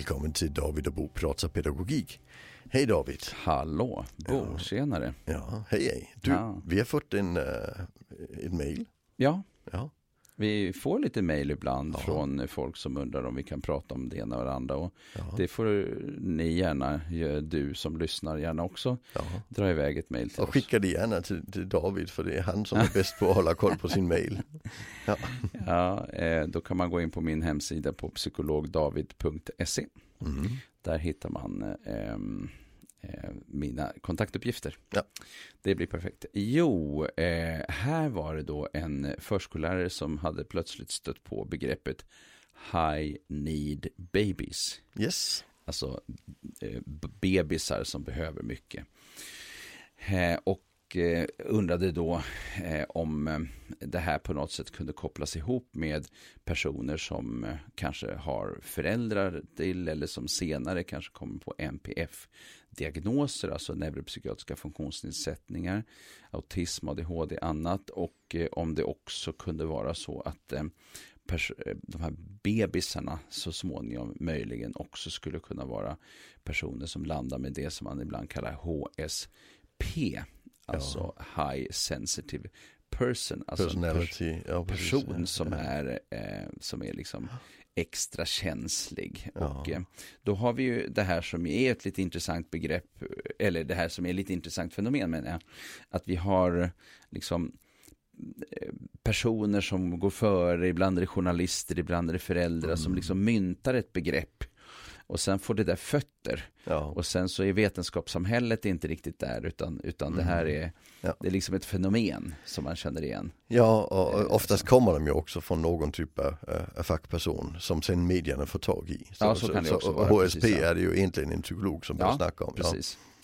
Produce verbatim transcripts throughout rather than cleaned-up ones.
välkommen till David och Bo pratar pedagogik. Hej David. Hallå, Bo, ja. Tjenare. Ja, hej hej. Du, ja. vi har fått en, uh, ett mejl. Ja. ja, vi får lite mejl ibland ja. från folk som undrar om vi kan prata om det ena och det andra. Och ja. det får ni gärna, du som lyssnar gärna också, ja. dra iväg ett mejl till och oss. Och skicka det gärna till, till David, för det är han som är bäst på att hålla koll på sin mejl. Ja, ja eh, då kan man gå in på min hemsida på psykologdavid punkt se. Mm. Där hittar man eh, eh, mina kontaktuppgifter. Ja. Det blir perfekt. Jo, eh, här var det då en förskollärare som hade plötsligt stött på begreppet high need babies. Yes. Alltså eh, bebisar som behöver mycket. Eh, och eh, undrade då eh, om eh, det här på något sätt kunde kopplas ihop med personer som eh, kanske har föräldrar till eller som senare kanske kommer på N P F-diagnoser, alltså neuropsykiatriska funktionsnedsättningar, autism, A D H D, annat, och eh, om det också kunde vara så att eh, pers- de här bebisarna så småningom möjligen också skulle kunna vara personer som landar med det som man ibland kallar H S P. Alltså ja. High sensitive person. Alltså Personality. pers- ja, precis, person ja. som ja. är eh, som är liksom extra känslig. Ja. Och eh, då har vi ju det här som är ett lite intressant begrepp, eller det här som är lite intressant fenomen, men ja, att vi har liksom personer som går före, ibland är det journalister, ibland är det föräldrar mm. som liksom myntar ett begrepp. Och sen får det där fötter. Ja. Och sen så är vetenskapssamhället inte riktigt där, utan, utan mm. det här är, ja. det är liksom ett fenomen som man känner igen. Ja, och oftast kommer de ju också från någon typ av äh, fackperson som sen medierna får tag i. Så, ja, så, så kan det också så, vara. H S P precis, är det ju egentligen en psykolog som ja, börjar snacka om. Precis. Ja.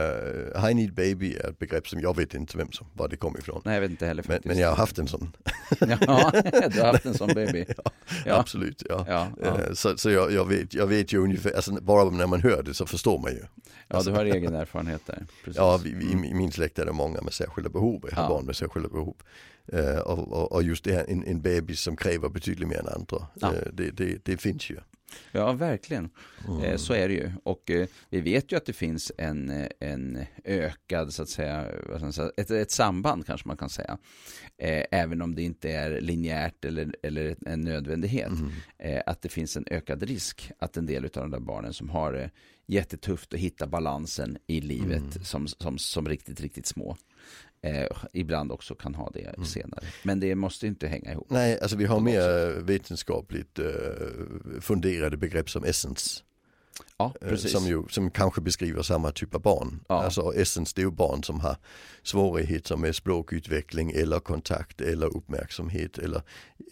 Uh, high need baby är ett begrepp som jag vet inte vem som, var det kom ifrån. Nej, jag vet inte heller faktiskt. Men, men jag har haft en sån. Ja, du har haft en sån baby. ja, ja. Absolut, ja. ja, ja. Uh, så så jag, jag, vet, jag vet ju ungefär, alltså, bara när man hör det så förstår man ju. Ja, alltså, du har egen erfarenhet där. Precis. Ja, vi, vi, i min släkt är det många med särskilda behov. Jag har ja. barn med särskilda behov. Uh, och, och, och just det här, en, en bebis som kräver betydligt mer än andra. Ja. Uh, det, det, det finns ju. Ja, verkligen. Mm. Eh, så är det ju. Och eh, vi vet ju att det finns en, en ökad, så att säga, ett, ett samband kanske man kan säga. Eh, även om det inte är linjärt eller, eller en nödvändighet. Mm. Eh, att det finns en ökad risk att en del av de där barnen som har det eh, jättetufft att hitta balansen i livet mm. som, som, som riktigt, riktigt små. Eh, ibland också kan ha det mm. senare. Men det måste inte hänga ihop. Nej, alltså vi har mer vetenskapligt eh, funderade begrepp som essence. Ja, precis. Som, ju, som kanske beskriver samma typ av barn. Ja. Alltså essence, det är ju barn som har svårigheter med språkutveckling eller kontakt eller uppmärksamhet eller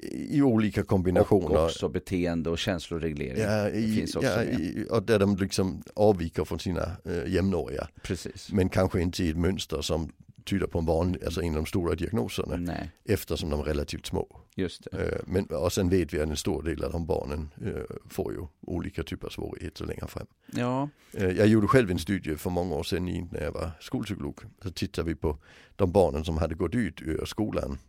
i olika kombinationer. Och också beteende och känsloreglering. Ja, i, det finns också ja i, och där de liksom avviker från sina eh, jämnåriga. Precis. Men kanske inte i ett mönster som tyder på en vanlig, alltså inom de stora diagnoserna. Nej. Eftersom de är relativt små. Just det. Men, och sen vet vi att en stor del av de barnen får ju olika typer av svårigheter längre fram. Ja. Jag gjorde själv en studie för många år sedan när jag var skolpsykolog. Så tittade vi på de barnen som hade gått ut ur skolan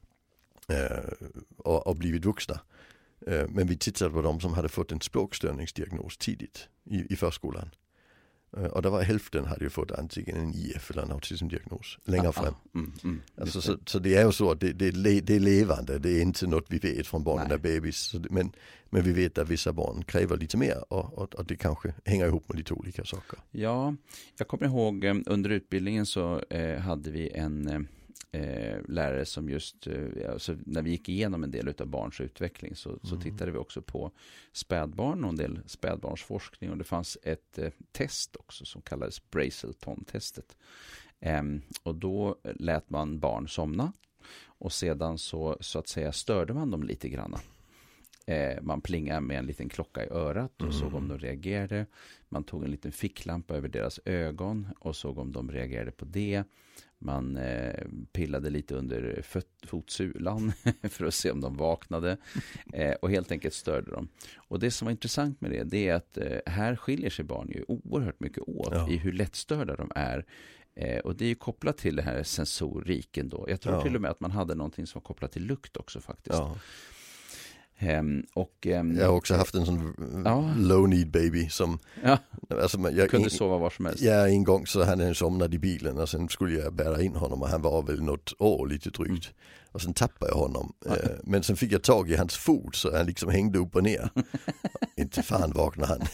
och, och blivit vuxna. Men vi tittade på de som hade fått en språkstörningsdiagnos tidigt i, i förskolan. Och det var hälften hade ju fått antingen en I F eller en autismdiagnos längre fram. Ah, mm, mm, alltså, så, så det är ju så att det, det, det är levande, det är inte något vi vet från barnen Nej. när bebis. Men, men vi vet att vissa barn kräver lite mer och, och, och det kanske hänger ihop med lite olika saker. Ja, jag kommer ihåg under utbildningen så eh, hade vi en eh, lärare som just, eh, alltså, när vi gick igenom en del av barns utveckling så, mm. så tittade vi också på spädbarn och en del spädbarnsforskning och det fanns ett eh, test också som kallades Brazelton-testet. Eh, och då lät man barn somna och sedan så, så att säga störde man dem lite granna. Eh, man plingade med en liten klocka i örat och mm. såg om de reagerade. Man tog en liten ficklampa över deras ögon och såg om de reagerade på det. Man eh, pillade lite under föt- fotsulan för att se om de vaknade eh, och helt enkelt störde dem. Och det som var intressant med det, det är att eh, här skiljer sig barn ju oerhört mycket åt ja. i hur lättstörda de är. Eh, och det är ju kopplat till det här sensoriken då. Jag tror ja. till och med att man hade någonting som var kopplat till lukt också faktiskt. Ja. Um, och, um, jag har också haft en sån ja. low need baby som ja. alltså, jag kunde in, sova var som helst. Ja, en gång så hade han somnat i bilen och sen skulle jag bära in honom och han var väl något år lite drygt. Mm. Och sen tappade jag honom. Ja. Eh, men sen fick jag tag i hans fot så han liksom hängde upp och ner. Inte fan vaknade han.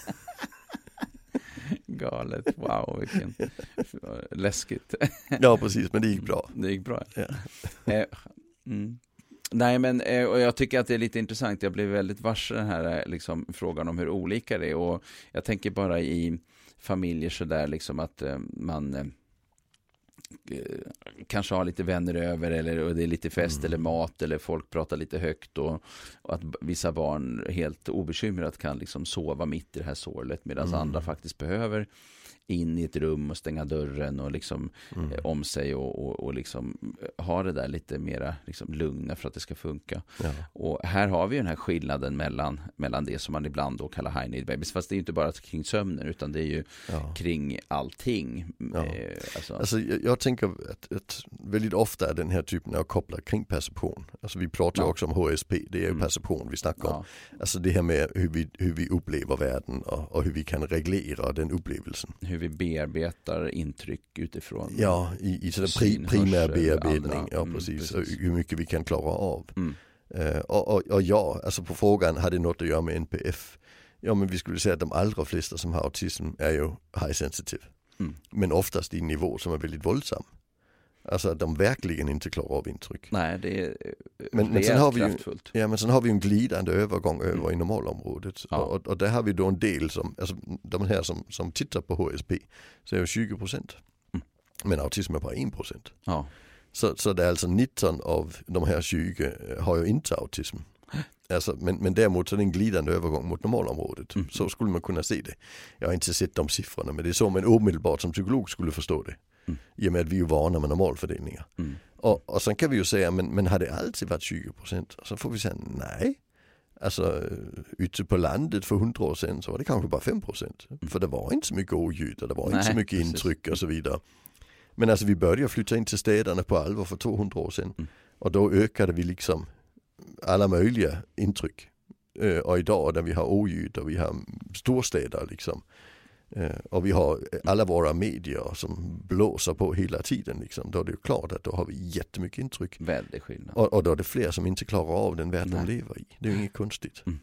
Galet, wow, vilken läskigt. Ja, precis, men det gick bra. Det gick bra. Ja. Eh, mm. Nej, men och jag tycker att det är lite intressant. Jag blev väldigt varse den här liksom, frågan om hur olika det är. Och jag tänker bara i familjer så där liksom att eh, man eh, kanske har lite vänner över eller och det är lite fest mm. eller mat eller folk pratar lite högt och, och att vissa barn helt obekymrat kan liksom sova mitt i det här sorlet medan mm. andra faktiskt behöver in i ett rum och stänga dörren och liksom mm. eh, om sig och, och, och liksom ha det där lite mera liksom lugna för att det ska funka. Ja. Och här har vi ju den här skillnaden mellan, mellan det som man ibland då kallar high need babies. Fast det är ju inte bara kring sömnen utan det är ju ja. kring allting. Ja. Eh, alltså. Alltså, jag, jag tänker att, att väldigt ofta är den här typen av kopplar kring perception. Alltså vi pratar ja. också om H S P, det är ju mm. perception vi snackar om. Ja. Alltså det här med hur vi, hur vi upplever världen och, och hur vi kan reglera den upplevelsen. Hur vi bearbetar intryck utifrån. Ja, i, i sådär pri, primär bearbetning. Ja, precis. Mm, precis. Hur mycket vi kan klara av. Mm. Uh, och, och, och ja, alltså på frågan, hade det något att göra med N P F? Ja, men vi skulle säga att de allra flesta som har autism är ju high sensitive. Mm. Men oftast i en nivå som är väldigt våldsam. Alltså att de verkligen inte klarar av intryck. Nej, det är men, men sen har vi ju, ja, men sen har vi en glidande övergång över mm. i normalområdet. Ja. Och, och där har vi då en del som, alltså de här som, som tittar på H S P så är det tjugo procent. Mm. Men autism är bara en procent. Ja. Så, så det är alltså nitton av de här tjugo har ju inte autism. Alltså, men, men däremot så är det en glidande övergång mot normalområdet. Mm. Så skulle man kunna se det. Jag har inte sett de siffrorna men det är så man omedelbart som psykolog skulle förstå det. Mm. I och med att vi är vana med normalfördelningar. Mm. Och, och sen kan vi ju säga, men, men har det alltid varit tjugo procent? Så får vi säga nej. Alltså ute på landet för hundra år sedan så var det kanske bara fem procent. Mm. För det var inte så mycket oljud och det var nej, inte så mycket precis. intryck och så vidare. Men alltså vi började flytta in till städerna på allvar för tvåhundra år sedan. Mm. Och då ökade vi liksom alla möjliga intryck. Uh, och idag där vi har oljud och vi har storstäder liksom. Uh, och vi har alla våra medier som blåser på hela tiden liksom. Då är det ju klart att då har vi jättemycket intryck. Väldigt skillnad. Och, och då är det fler som inte klarar av den värld de lever i. Det är ju inget konstigt. Mm.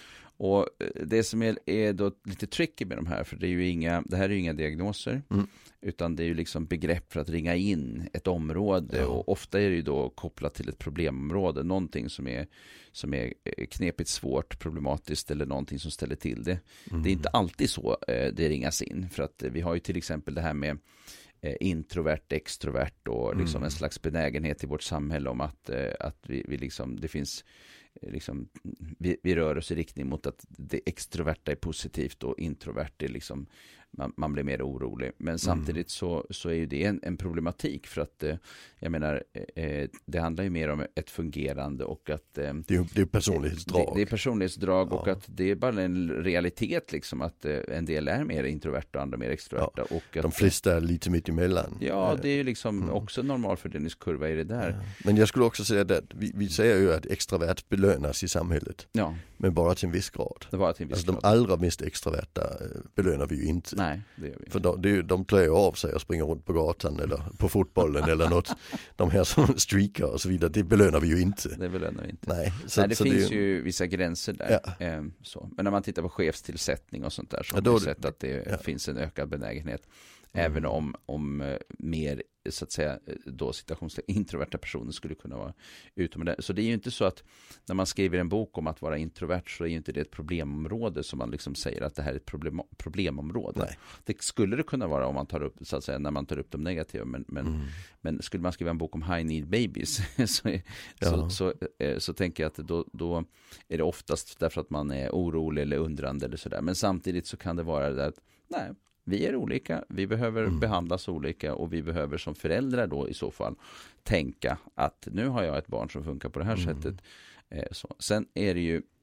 Och det som är, är då lite tricky med de här, för det är ju inga, det här är ju inga diagnoser, mm. utan det är ju liksom begrepp för att ringa in ett område, ja. Och ofta är det ju då kopplat till ett problemområde, någonting som är, som är knepigt, svårt, problematiskt eller någonting som ställer till det. Mm. Det är inte alltid så det ringas in, för att vi har ju till exempel det här med introvert, extrovert och liksom mm. en slags benägenhet i vårt samhälle om att, att vi, vi liksom, det finns liksom, vi, vi rör oss i riktning mot att det extroverta är positivt och introvert är liksom, man, man blir mer orolig. Men samtidigt mm. så, så är ju det en, en problematik för att jag menar, eh, det handlar ju mer om ett fungerande och att eh, det, är, det är personlighetsdrag. Det, det är personlighetsdrag ja. Och att det är bara en realitet liksom att eh, en del är mer introverta och andra mer extroverta. Ja. Och att, de flesta är lite mitt emellan. Ja, det är ju liksom mm. också normalfördelningskurva i det där. Ja. Men jag skulle också säga att vi, vi säger ju att extrovert belönas i samhället. Ja. Men bara till en viss grad. Det var till en viss alltså grad. De allra mest extroverta belönar vi ju inte. Nej, det gör vi inte. För de, de, de klär av sig och springer runt på gatan eller på fotbollen eller något. De här som streakar och så vidare, det belönar vi ju inte. Det belönar vi inte. Nej, så, Nej det så finns det ju... ju vissa gränser där. Ja. Ehm, så. Men när man tittar på chefstillsättning och sånt där så ja, har vi sett att det ja. finns en ökad benägenhet. Mm. Även om, om mer så att säga då situationstecken introverta personer skulle kunna vara utomordentligt. Så det är ju inte så att när man skriver en bok om att vara introvert så är ju inte det ett problemområde som man liksom säger att det här är ett problem, problemområde. Nej. Det skulle det kunna vara om man tar upp så att säga när man tar upp de negativa, men, men, mm. men skulle man skriva en bok om high need babies så, ja. så, så, så, så tänker jag att då, då är det oftast därför att man är orolig eller undrande eller sådär. Men samtidigt så kan det vara det att nej, vi är olika, vi behöver mm. behandlas olika och vi behöver som föräldrar då i så fall tänka att nu har jag ett barn som funkar på det här mm. sättet. Eh, så. Sen är det ju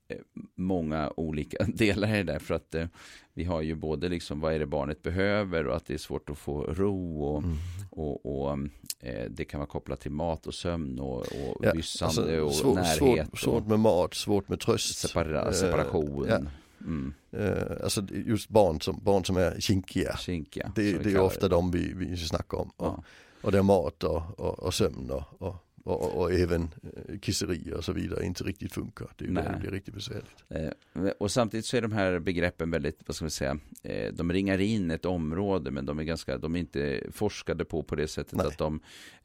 många olika delar i det där, för att eh, vi har ju både liksom vad är det barnet behöver och att det är svårt att få ro och, mm. och, och eh, det kan vara kopplat till mat och sömn och, och ja, byssande alltså, och svår, närhet. Svårt, svårt med mat, svårt med tröst. Separa, separation. Uh, ja. Mm. Uh, alltså just barn som, barn som är kinkiga. Kinkiga det, det är ofta det. de vi, vi snackar om. Och, ja. och det är mat och, och, och sömn och, och Och, och även kisserier och så vidare inte riktigt funkar. Det är ju där det blir riktigt besvärligt. Eh, och samtidigt så är de här begreppen väldigt, vad ska man säga, eh, de ringar in ett område, men de är ganska, de är inte forskade på på det sättet. Nej. Att de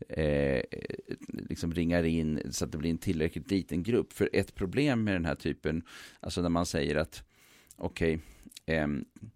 eh, liksom ringar in så att det blir en tillräckligt liten grupp. För ett problem med den här typen, alltså när man säger att okej, okay, eh,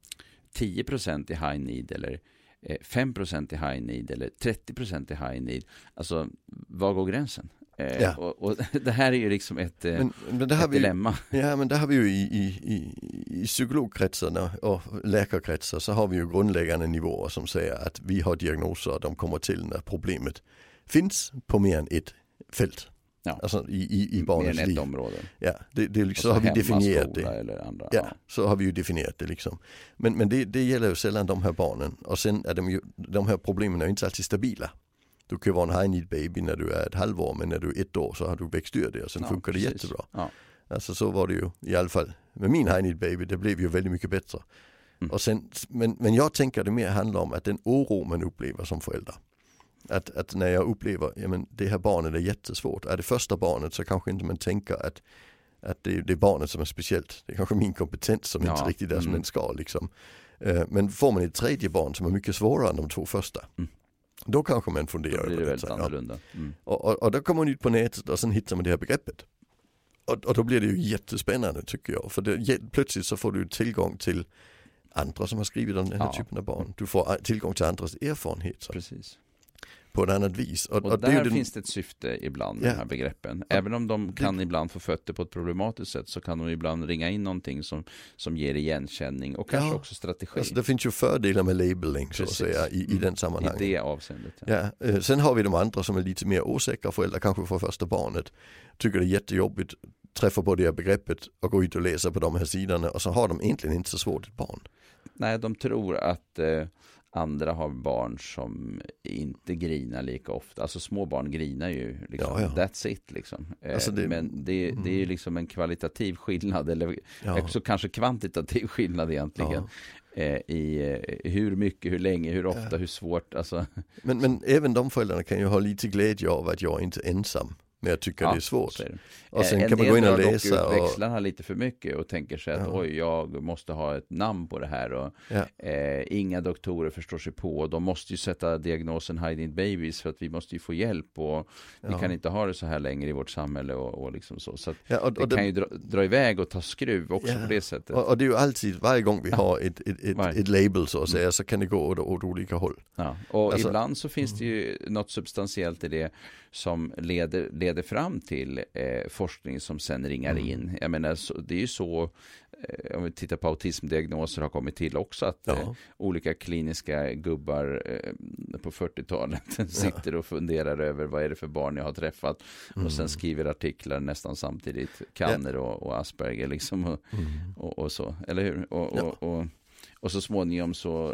tio procent är high need eller fem procent i high need eller trettio procent i high need. Alltså, var går gränsen? Eh, ja. och, och det här är ju liksom ett, men, men det ett dilemma. Ju, ja, men det har vi ju i, i, i, i psykologkretsarna och läkarkretsar så har vi ju grundläggande nivåer som säger att vi har diagnoser, de kommer till när problemet finns på mer än ett fält. Ja. Alltså i, i, i barnets liv. Mer än ett område. Ja, det, det liksom, så, så har vi definierat det. Eller andra. Ja, ja, så har vi ju definierat det liksom. Men, men det, det gäller ju sällan de här barnen. Och sen är de ju, de här problemen är inte alltid stabila. Du kan ju vara en high need baby när du är ett halvår, men när du är ett år så har du växt ur det och sen ja, funkar det precis. Jättebra. Ja. Alltså så var det ju i alla fall med min high need baby, det blev ju väldigt mycket bättre. Mm. Och sen, men, men jag tänker det mer handlar om att den oro man upplever som förälder. Att, att när jag upplever, ja men det här barnet är jättesvårt. Är det första barnet så kanske inte man tänker att, att det, det är barnet som är speciellt. Det är kanske min kompetens som ja. inte riktigt är som mm. den ska liksom. Uh, men får man ett tredje barn som är mycket svårare än de två första. Mm. Då kanske man funderar på det. Väldigt det annorlunda. Mm. Och, och, och då kommer man ut på nätet och sen hittar man det här begreppet. Och, och då blir det ju jättespännande tycker jag. För det, plötsligt så får du tillgång till andra som har skrivit om den här ja. typen av barn. Du får tillgång till andras erfarenheter. Precis. På ett annat vis. Och, och, och där det finns det ett syfte ibland med ja. de här begreppen. Även om de kan det... ibland få fötter på ett problematiskt sätt så kan de ibland ringa in någonting som, som ger igenkänning och kanske ja. också strategi. Alltså, det finns ju fördelar med labeling så att säga i, i den sammanhanget. I det avseendet. Ja. Ja. Sen har vi de andra som är lite mer osäkra föräldrar, kanske för första barnet. Tycker det är jättejobbigt, träffa på det här begreppet och gå ut och läsa på de här sidorna och så har de egentligen inte så svårt ett barn. Nej, de tror att eh, andra har barn som inte grinar lika ofta. Alltså små barn grinar ju liksom, ja, ja. That's it liksom. Alltså det, Men det, det är ju liksom en kvalitativ skillnad eller ja. också kanske kvantitativ skillnad egentligen. Ja. Eh, i eh, hur mycket, hur länge, hur ofta, ja. hur svårt. Alltså. Men, men även de föräldrarna kan ju ha lite glädje av att jag inte är ensam. Men jag tycker ja, det är svårt. Är det. Och sen en kan man gå in och läsa. Och växlarna lite för mycket och tänker sig att ja. oj, jag måste ha ett namn på det här. Och, ja. eh, inga doktorer förstår sig på. Och de måste ju sätta diagnosen high need babies för att vi måste ju få hjälp. Och vi ja. kan inte ha det så här längre i vårt samhälle och, och liksom så. Så att ja, och, och det, det kan ju dra, dra iväg och ta skruv också ja. på det sättet. Och, och det är ju alltid, varje gång vi har ett, ett, ett, ett label så att säga, så kan det gå åt, åt olika håll. Ja. Och alltså, ibland så finns det ju något substantiellt i det som leder, leder fram till eh, forskning som sen ringar mm. in. Jag menar, så, det är ju så, eh, om vi tittar på autismdiagnoser har kommit till också att ja. eh, olika kliniska gubbar eh, på fyrtiotalet sitter ja. och funderar över vad är det för barn jag har träffat mm. och sen skriver artiklar nästan samtidigt, Kanner ja. och, och Asperger liksom och, mm. och, och så, eller hur? Och, ja. och, och Och så småningom så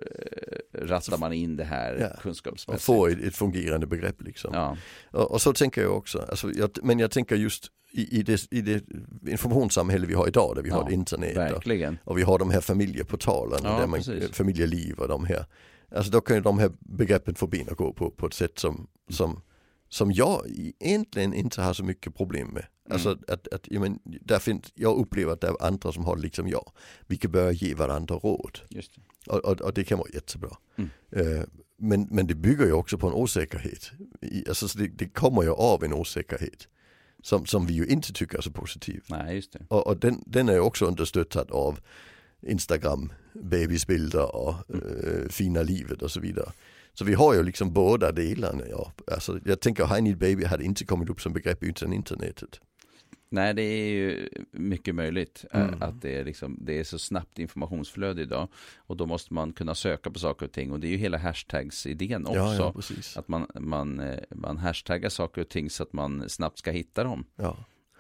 eh, rattar man in det här ja, kunskapsmässigt. Och får ett, ett fungerande begrepp liksom. Ja. Och, och så tänker jag också. Alltså, jag, men jag tänker just i, i, det, i det informationssamhälle vi har idag där vi ja, har internet verkligen. Och, och vi har de här familjeportalerna ja, där man, familjeliv och de här. Alltså då kan ju de här begreppen få bin att gå på, på ett sätt som, som, som jag egentligen inte har så mycket problem med. Alltså mm. att, att jag, men, där finns, jag upplever att det är andra som har liksom jag. Vi kan börja ge varandra råd. Just det. Och, och, och det kan vara jättebra. Mm. Uh, men, men det bygger ju också på en osäkerhet. I, alltså det, det kommer ju av en osäkerhet. Som, som vi ju inte tycker är så positiv. Nej, just det. Och, och den, den är ju också understöttad av Instagram, babysbilder och mm. uh, fina livet och så vidare. Så vi har ju liksom båda delarna. Ja. Alltså, jag tänker high need baby hade inte kommit upp som begrepp utan internetet. Nej, det är ju mycket möjligt mm. att det är, liksom, det är så snabbt informationsflöde idag och då måste man kunna söka på saker och ting och det är ju hela hashtags-idén också. Ja, ja, att man, man, man hashtaggar saker och ting så att man snabbt ska hitta dem. Ja.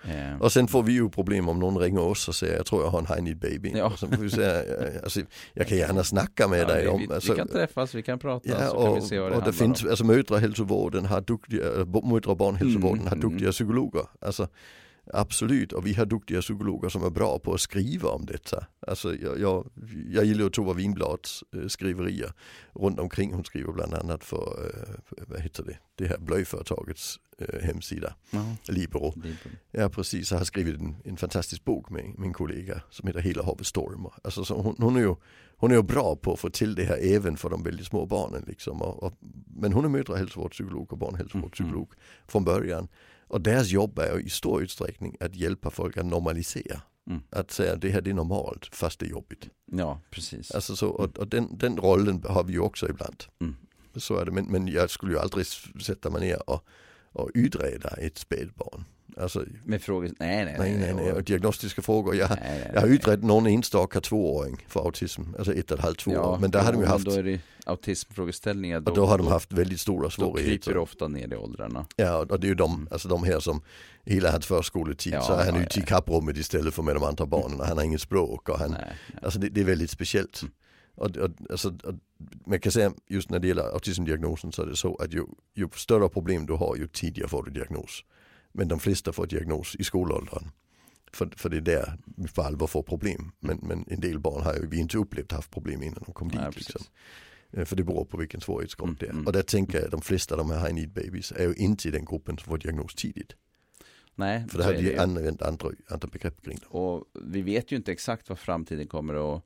Eh. Och sen får vi ju problem om någon ringer oss och säger jag tror jag har en high need baby. Ja. Och så får vi säga, alltså, jag kan gärna snacka med ja, dig vi, om. Vi, alltså, vi kan träffas, vi kan prata ja, så och, kan vi se vad det och det finns, om. alltså mödrahälsovården har duktiga, mödra- och barnhälsovården Mm, har mm. duktiga psykologer. Alltså absolut, och vi har duktiga psykologer som är bra på att skriva om detta. Alltså jag, jag, jag gillar Tova Winblads äh, skriverier runt omkring. Hon skriver bland annat för, äh, vad heter det, det här blöjföretagets äh, hemsida, Ja. Libero. Libero. Ja precis, jag har skrivit en, en fantastisk bok med min kollega som heter Hela havet stormar. Alltså så hon, hon är ju hon är ju bra på att få till det här även för de väldigt små barnen liksom. Och, och, men hon är mödrahälsovårdspsykolog och barnhälsovårdspsykolog mm. från början. Och deras jobb är i stor utsträckning att hjälpa folk att normalisera. Mm. Att säga att det här det är normalt fast det är jobbigt. Ja, precis. Alltså så, och, och den, den rollen har vi ju också ibland. Mm. Så är det, men, men jag skulle ju aldrig sätta mig ner och, och utreda ett spädbarn. Alltså, med frågor, nej nej nej, nej, nej, och diagnostiska frågor. Jag, nej, nej, nej. jag har utrett någon enstaka tvååring för autism, alltså ett och ett halvt, två ja, år. Men där hade de ju haft... Då är det autismfrågeställningar. Då, och då har de haft väldigt stora svårigheter. Då kryper ofta ner i åldrarna. Ja, och det är ju de, mm. alltså de här som hela hans förskoletid ja, så är han ja, ute ja. i kapprummet istället för med de andra barnen. Han har inget språk och han, nej, nej. Alltså det, det är väldigt speciellt. Mm. Och, och, alltså, och, man kan säga just när det gäller autismdiagnosen så är det så att ju, ju större problem du har ju tidigare får du diagnos. Men de flesta får diagnos i skolåldern. För, för det är där vi på allvar får problem. Men, men en del barn har ju vi inte upplevt haft problem innan de kom dit. Ja, liksom. För det beror på vilken svårighetsgrad mm, det är. Mm. Och där tänker jag att de flesta av de här high need babies är ju inte i den gruppen som får diagnos tidigt. Nej, för det har vi använt andra, andra begrepp kring det. Och vi vet ju inte exakt vad framtiden kommer att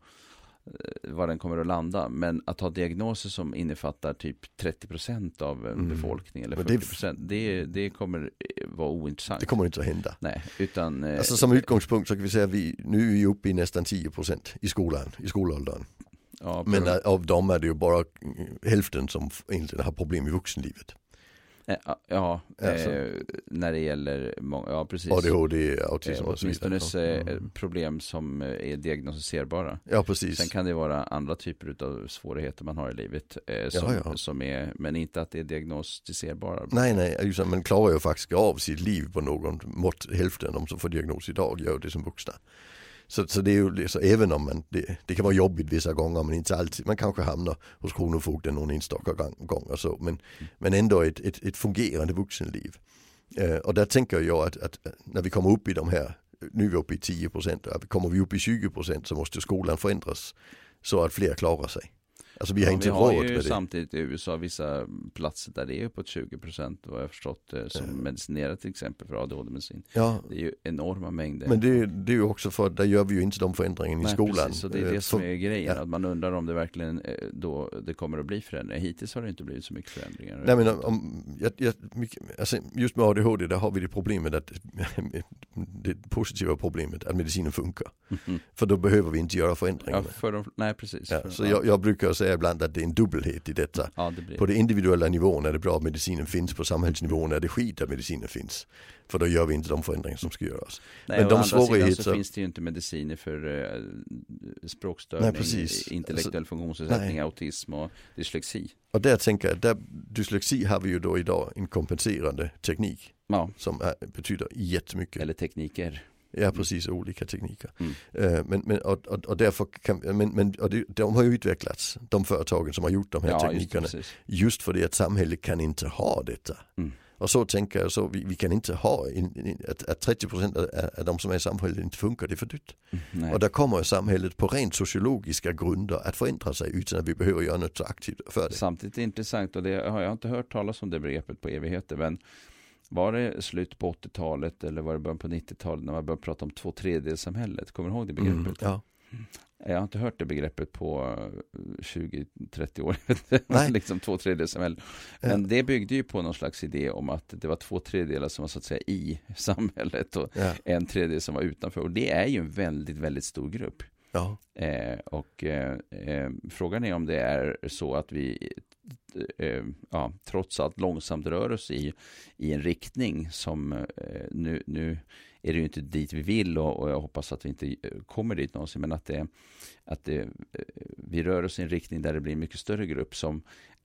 var den kommer att landa, men att ha diagnoser som innefattar typ trettio procent av mm. befolkningen eller fyrtio procent, det, det kommer vara ointressant. Det kommer inte att hända. Nej, utan alltså som utgångspunkt så kan vi säga att vi nu är vi uppe i nästan tio procent i skolan, i skolåldern. Ja, men för... av dem är det ju bara hälften som egentligen har problem i vuxenlivet. Ja, ja alltså. eh, när det gäller många, ja precis. A D H D, autism eh, och så vidare. Åtminstone mm. problem som är diagnostiserbara. Ja, precis. Sen kan det vara andra typer av svårigheter man har i livet eh, som, ja, ja. som är, men inte att det är diagnostiserbara. Nej, nej, man klarar ju faktiskt av sitt liv på någon mått. Hälften de som får diagnos idag gör det som vuxna. Så, så det är ju så även om man, det, det kan vara jobbigt vissa gånger men inte alltid, man kanske hamnar hos kronofogden någon enstaka gång och så, men, mm. men ändå ett, ett, ett fungerande vuxenliv. Eh, och där tänker jag att, att när vi kommer upp i de här, nu är vi uppe i tio procent, kommer vi upp i tjugo procent så måste skolan förändras så att fler klarar sig. Alltså vi har ja, inte vi har råd ju med det. Samtidigt i U S A vissa platser där det är uppåt tjugo procent vad jag har förstått som ja. medicinerar till exempel för A D H D-medicin. Ja. Det är ju enorma mängder. Men det, det är ju också för att där gör vi ju inte de förändringarna i skolan. Precis, och det är det som är grejen. Ja. Att man undrar om det verkligen då det kommer att bli förändringar. Hittills har det inte blivit så mycket förändringar. Nej men om, jag, jag, alltså just med A D H D där har vi det problemet att det positiva problemet att medicinen funkar. Mm-hmm. För då behöver vi inte göra förändringar. Ja, för de, nej precis. Ja, för, så ja. jag, jag brukar säga ibland att det är en dubbelhet i detta. Ja, det blir. På det individuella nivån är det bra att medicinen finns, på samhällsnivån är det skit att medicinen finns. För då gör vi inte de förändringar som ska göras. Nej, men de svårigheter så finns det ju inte mediciner för uh, språkstörning, nej, intellektuell alltså, funktionsnedsättning, nej. autism och dyslexi. Och där tänker jag, där, dyslexi har vi ju då idag en kompenserande teknik ja. som är, betyder jättemycket. Eller tekniker. Ja, precis, olika tekniker. Mm. Uh, men, men, och, och, och därför kan, men, men och det, de har ju utvecklats, de företagen som har gjort de här ja, teknikerna. Just, just för det att samhället kan inte ha detta. Mm. Och så tänker jag så, vi, vi kan inte ha in, in, att, att trettio procent av, av de som är i samhället inte funkar, det är för dyrt. Mm, och där kommer samhället på rent sociologiska grunder att förändra sig utan att vi behöver göra något så aktivt för det. Samtidigt är det intressant, och det har jag inte hört talas om det begreppet på evigheter, men var det slut på åttiotalet eller var det början på nittiotalet när man började prata om två tredjedelssamhället? Kommer du ihåg det begreppet? Mm, ja. Jag har inte hört det begreppet på tjugo trettio år. liksom två tredjedelssamhället. Men ja. det byggde ju på någon slags idé om att det var två tredjedelar som var så att säga i samhället och ja. en tredjedel som var utanför. Och det är ju en väldigt, väldigt stor grupp. Ja. Eh, och eh, eh, frågan är om det är så att vi eh, ja, trots allt långsamt rör oss i, i en riktning som eh, nu, nu är det ju inte dit vi vill och, och jag hoppas att vi inte kommer dit någonsin, men att, det, att det, vi rör oss i en riktning där det blir en mycket större grupp som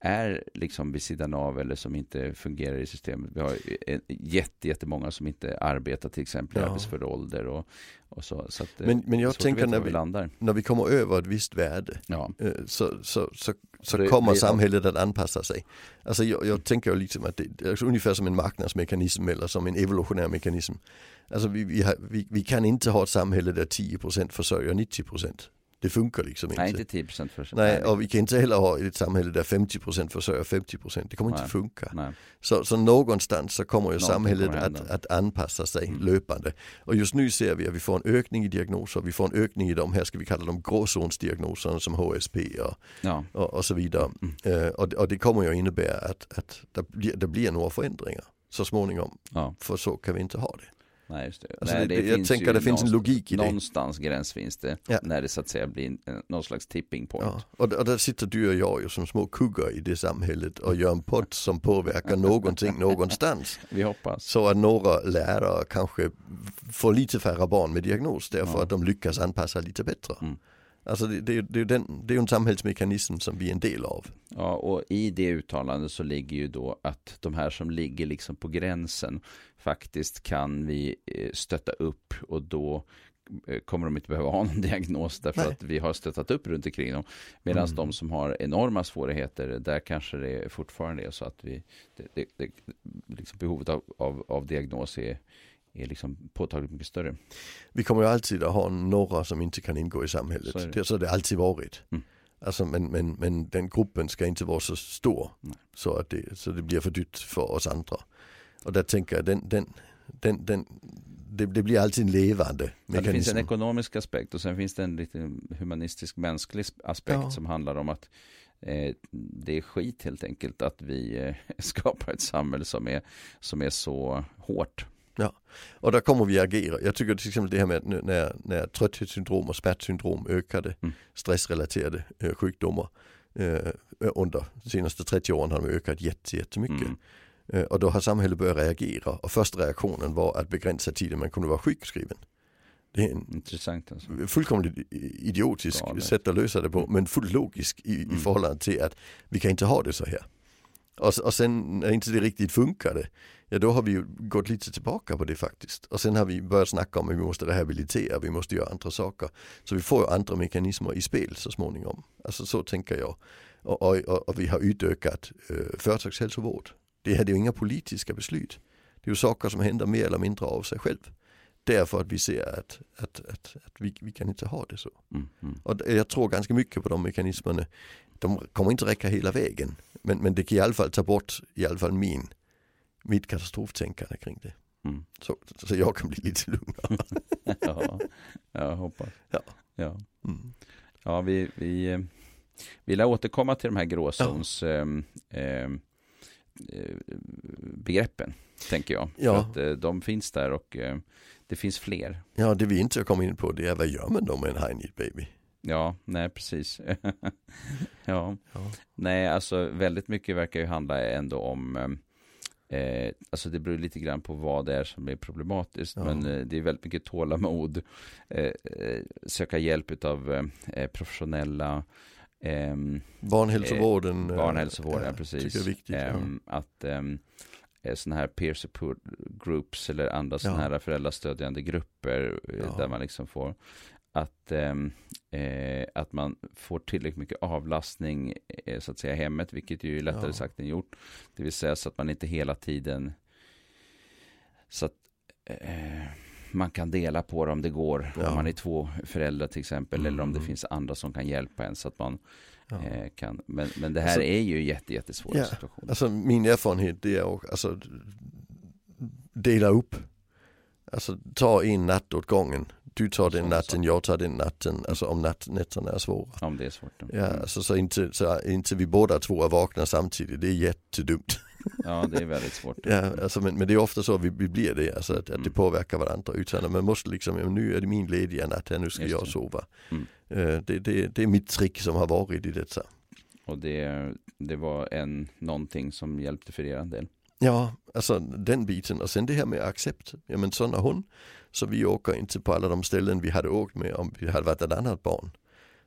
är liksom vid sidan av eller som inte fungerar i systemet. Vi har jätte, jättemånga som inte arbetar till exempel i Ja. arbetsför ålder och, och så. så att, Men, men jag tänker när vi, vi, landar. när vi kommer över ett visst värde Ja. eh, så, så, så, så det, kommer det, samhället att anpassa sig. Alltså jag, jag tänker ju liksom att det är ungefär som en marknadsmekanism eller som en evolutionär mekanism. Alltså vi, vi, har, vi, vi kan inte ha ett samhälle där tio procent försörjer nittio procent. Det funkar liksom inte. Nej, inte tio procent för sig. Nej, och vi kan inte heller ha ett samhälle där femtio procent försörjer femtio procent. Det kommer Nej. inte funka. Nej. Så, så någonstans så kommer ju Någonting samhället kommer att, hända. att anpassa sig Mm. löpande. Och just nu ser vi att vi får en ökning i diagnoser. Vi får en ökning i de här, ska vi kalla dem gråzonsdiagnoserna som H S P och, Ja. och, och så vidare. Mm. Eh, och, och det kommer ju innebära att, att det, blir, det blir några förändringar så småningom. Ja. För så kan vi inte ha det. Nej, just det. Alltså Nej, det- det jag finns tänker ju det finns en logik i det. Någonstans gräns finns det. Ja. När det så att säga blir en, någon slags tipping point. Ja, och, och där sitter du och jag ju som små kuggar i det samhället och gör en podd som påverkar någonting någonstans. Vi hoppas. Så att några lärare kanske får lite färre barn med diagnos därför Ja. att de lyckas anpassa lite bättre. Mm. Alltså det, det, det, är ju den, det är ju en samhällsmekanism som vi är en del av. Ja, och i det uttalandet så ligger ju då att de här som ligger liksom på gränsen faktiskt kan vi eh, stötta upp och då eh, kommer de inte behöva ha någon diagnos därför Nej. att vi har stöttat upp runt omkring dem. Medan Mm. de som har enorma svårigheter, där kanske det fortfarande är så att vi, det, det, det, liksom behovet av, av, av diagnos är, är liksom påtagligt mycket större. Vi kommer ju alltid att ha några som inte kan ingå i samhället. Så är det. det. Så har det alltid varit. Mm. Alltså, men, men, men den gruppen ska inte vara så stor Nej. så att det, så det blir för dyrt för oss andra. Och där tänker jag, den, den, den, den, det, det blir alltid en levande Ja, mekanism. det finns en ekonomisk aspekt och sen finns det en lite humanistisk mänsklig aspekt Ja. som handlar om att eh, det är skit helt enkelt att vi eh, skapar ett samhälle som är, som är så hårt. Och där kommer vi agera. Jag tycker till exempel det här med att nu när, när trötthetssyndrom och smärtsyndrom ökade, Mm. stressrelaterade eh, sjukdomar eh, under de senaste trettio åren har de ökat jätte, jättemycket. Mm. Eh, och då har samhället börjat reagera. Och första reaktionen var att begränsa tiden man kunde vara sjukskriven. Det är en Intressant alltså. fullkomligt idiotisk Galet. sätt att lösa det på, men fullt logisk i, i Mm. förhållande till att vi kan inte ha det så här. Och, och sen när inte det riktigt funkade, ja då har vi ju gått lite tillbaka på det faktiskt. Och sen har vi börjat snacka om att vi måste rehabilitera, vi måste göra andra saker. Så vi får ju andra mekanismer i spel så småningom. Alltså så tänker jag. Och, och, och, och vi har utökat eh, företagshälsovård. Det här det är ju inga politiska beslut. Det är ju saker som händer mer eller mindre av sig själv. Därför att vi ser att, att, att, att vi, vi kan inte ha det så. Mm. Mm. Och jag tror ganska mycket på de mekanismerna. De kommer inte räcka hela vägen. Men, men det kan i alla fall ta bort i alla fall min, mitt katastroftänkande kring det. Mm. Så, så jag kan bli lite lugnare. Ja, jag hoppas. Ja. Ja. Mm. Ja, vi, vi eh, vill återkomma till de här gråzons eh, eh, begreppen, tänker jag. Ja. För att eh, de finns där och eh, det finns fler. Ja, det vi inte har kommit in på det är vad gör man då med en high need baby? Ja, nej precis. ja. Ja. Nej, alltså väldigt mycket verkar ju handla ändå om eh, alltså det beror lite grann på vad det är som är problematiskt, Ja. men eh, det är väldigt mycket tålamod, eh, eh, söka hjälp av eh, professionella eh, Barnhälsovården. eh, barnhälsovården, ja, precis. tycker jag är viktigt. Eh, Ja. att eh, sådana här peer support groups eller andra sådana Ja. här föräldrastödjande grupper eh, Ja. där man liksom får att, ehm, eh, att man får tillräckligt mycket avlastning eh, så att säga hemmet, vilket ju är lättare Ja. sagt än gjort. Det vill säga så att man inte hela tiden så att eh, man kan dela på det om det går, Ja. om man är två föräldrar till exempel, Mm. eller om det finns andra som kan hjälpa en så att man Ja. eh, kan, men, men det här Alltså- är ju jätte, jättesvåra Ja. situationer. Alltså min erfarenhet det är också, alltså dela upp. Alltså ta en natt åt gången. Du tar den Sån natten, sak. jag tar den natten. Alltså om natt, nätterna är svåra. Om det är svårt. Då. Ja, Mm. alltså så inte, så inte vi båda två är vakna samtidigt. Det är jättedumt. Ja, det är väldigt svårt. Ja, alltså, men, men det är ofta så vi, vi blir det. Alltså att, att det Mm. påverkar varandra. Utan att man måste liksom, ja, nu är det min lediga natt här, nu ska Just jag det. sova. Mm. Eh, det, det, det är mitt trick som har varit i detta. Och det, det var en, någonting som hjälpte för er en del. Ja, alltså den biten. Och sen det här med accept. Ja men sån är hon. Så vi åker inte på alla de ställen vi hade åkt med om vi hade varit ett annat barn.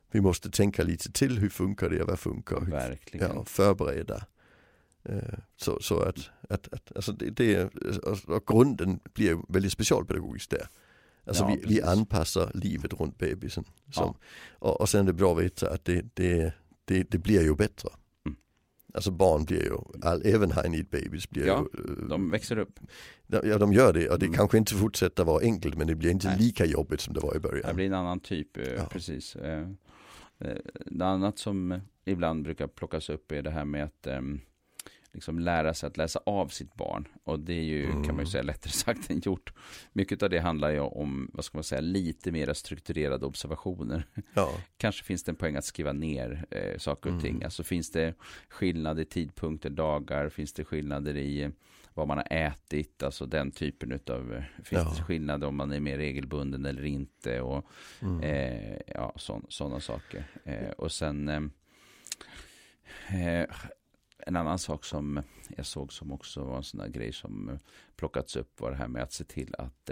vi måste tänka lite till, hur funkar det och vad funkar? Hur, Verkligen. ja, förbereda. Så, så att, att, att alltså det, det, och grunden blir ju väldigt specialpedagogiskt där. Alltså Ja, vi, vi anpassar livet runt bebisen. Som, Ja. och, och sen är det bra att veta att det, det, det, det blir ju bättre. Mm. Alltså barn blir ju, all, även high need babies blir Ja, ju... de växer upp. Ja, de gör det och det Mm. kanske inte fortsätter vara enkelt, men det blir inte Nej. lika jobbigt som det var i början. Det blir en annan typ, eh, Ja. precis. Eh, eh, Det annat som ibland brukar plockas upp är det här med att ehm, liksom lära sig att läsa av sitt barn. Och det är ju, Mm. kan man ju säga, lättare sagt än gjort. Mycket av det handlar ju om, vad ska man säga, lite mer strukturerade observationer. Ja. Kanske finns det en poäng att skriva ner eh, saker och Mm. ting. Alltså finns det skillnader i tidpunkter, dagar, finns det skillnader i eh, vad man har ätit, alltså den typen utav, eh, finns Ja. det skillnader om man är mer regelbunden eller inte och Mm. eh, ja, sådana saker. Eh, och sen eh, eh, en annan sak som jag såg som också var en sån där grej som plockats upp var det här med att se till att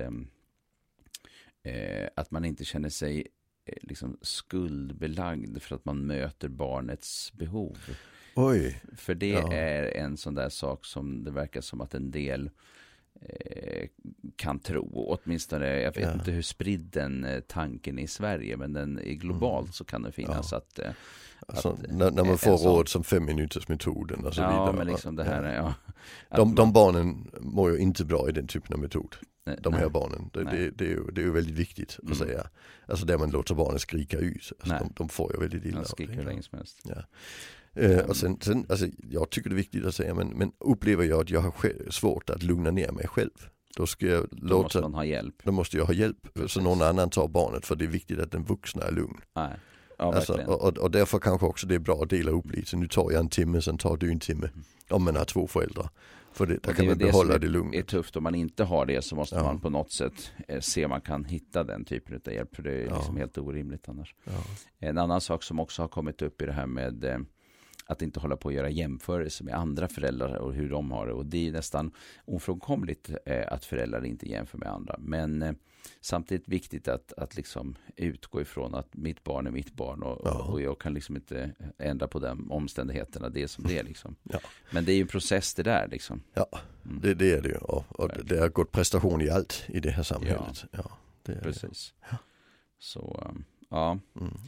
eh, att man inte känner sig eh, liksom skuldbelagd för att man möter barnets behov. Oj. För det Ja. är en sån där sak som det verkar som att en del eh, kan tro. Åtminstone, jag vet Ja. inte hur spridd den eh, tanken är i Sverige, men den är globalt Mm. så kan det finnas Ja. att... Eh, Alltså, att, när, när man en får sån- råd som fem minuters metoden och så ja, vidare. men liksom det här Ja. är... Ja, att De, man- de barnen mår ju inte bra i den typen av metod. nej, De här nej. barnen. Det, Nej. det, det, är ju, det är ju väldigt viktigt Mm. att säga. Alltså där man låter barnen skrika ut. Alltså Nej. de, de får ju väldigt illa Man av skriker det. hur länge som helst. Ja. Eh, och sen, sen, alltså, jag tycker det är viktigt att säga, men, men upplever jag att jag har själv, svårt att lugna ner mig själv. Då ska jag Då måste låta, någon ha hjälp. då måste jag ha hjälp. Precis. Så någon annan tar barnet, för det är viktigt att den vuxna är lugn. Nej. Ja, Alltså, verkligen. och, och, och därför kanske också det är bra att dela upp lite. Så nu tar jag en timme, sen tar du en timme. Om man har två föräldrar. För det, där Och kan det är man det behålla som det är, är lugnet. tufft om man inte har det, så måste Ja. man på något sätt eh, se om man kan hitta den typen av hjälp, för det är Ja. liksom helt orimligt annars. Ja. En annan sak som också har kommit upp i det här med eh, att inte hålla på att göra jämförelser med andra föräldrar och hur de har det, och det är nästan ofrånkomligt eh, att föräldrar inte jämför med andra, men eh, samtidigt viktigt att, att liksom utgå ifrån att mitt barn är mitt barn och, Ja. och jag kan liksom inte ändra på de omständigheterna, det är som det är liksom. Ja. Men det är ju en process det där liksom. Ja, Mm. det, det är det ju. Och, och Verkligen. det har gått prestation i allt i det här samhället. Ja, det är Precis. Så, um, ja. det. Mm.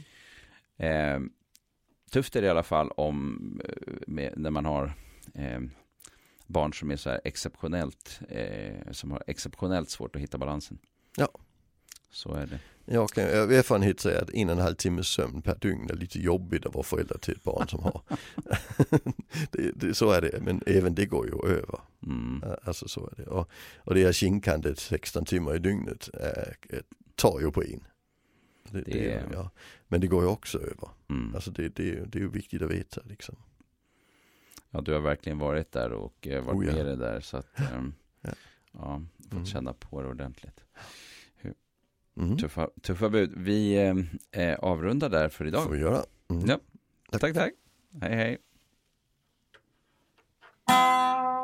Eh, tufft är det i alla fall om, eh, med, när man har eh, barn som är så här exceptionellt, eh, som har exceptionellt svårt att hitta balansen. Ja. Så är det. Jag kan av erfarenhet säga att en och en halv timmes sömn per dygn är lite jobbigt att vara förälder till ett barn som har. det, det, så är det, men även det går ju över. Mm. Alltså så är det. Och, och det här kinkandet sexton timmar i dygnet är, är, tar ju på in. Det, det, Det- ja. Men det går ju också över. Mm. Alltså det, det, det är ju viktigt att veta liksom. Ja, du har verkligen varit där och eh, varit Oh, ja. med det där, så att ehm, Ja. ja, fått Mm. känna på det ordentligt. Mm. Tuffa, tuffa bud. Vi eh, eh, avrundar där för idag. Får vi göra. Mm. Ja. Tack, tack. Hej, hej.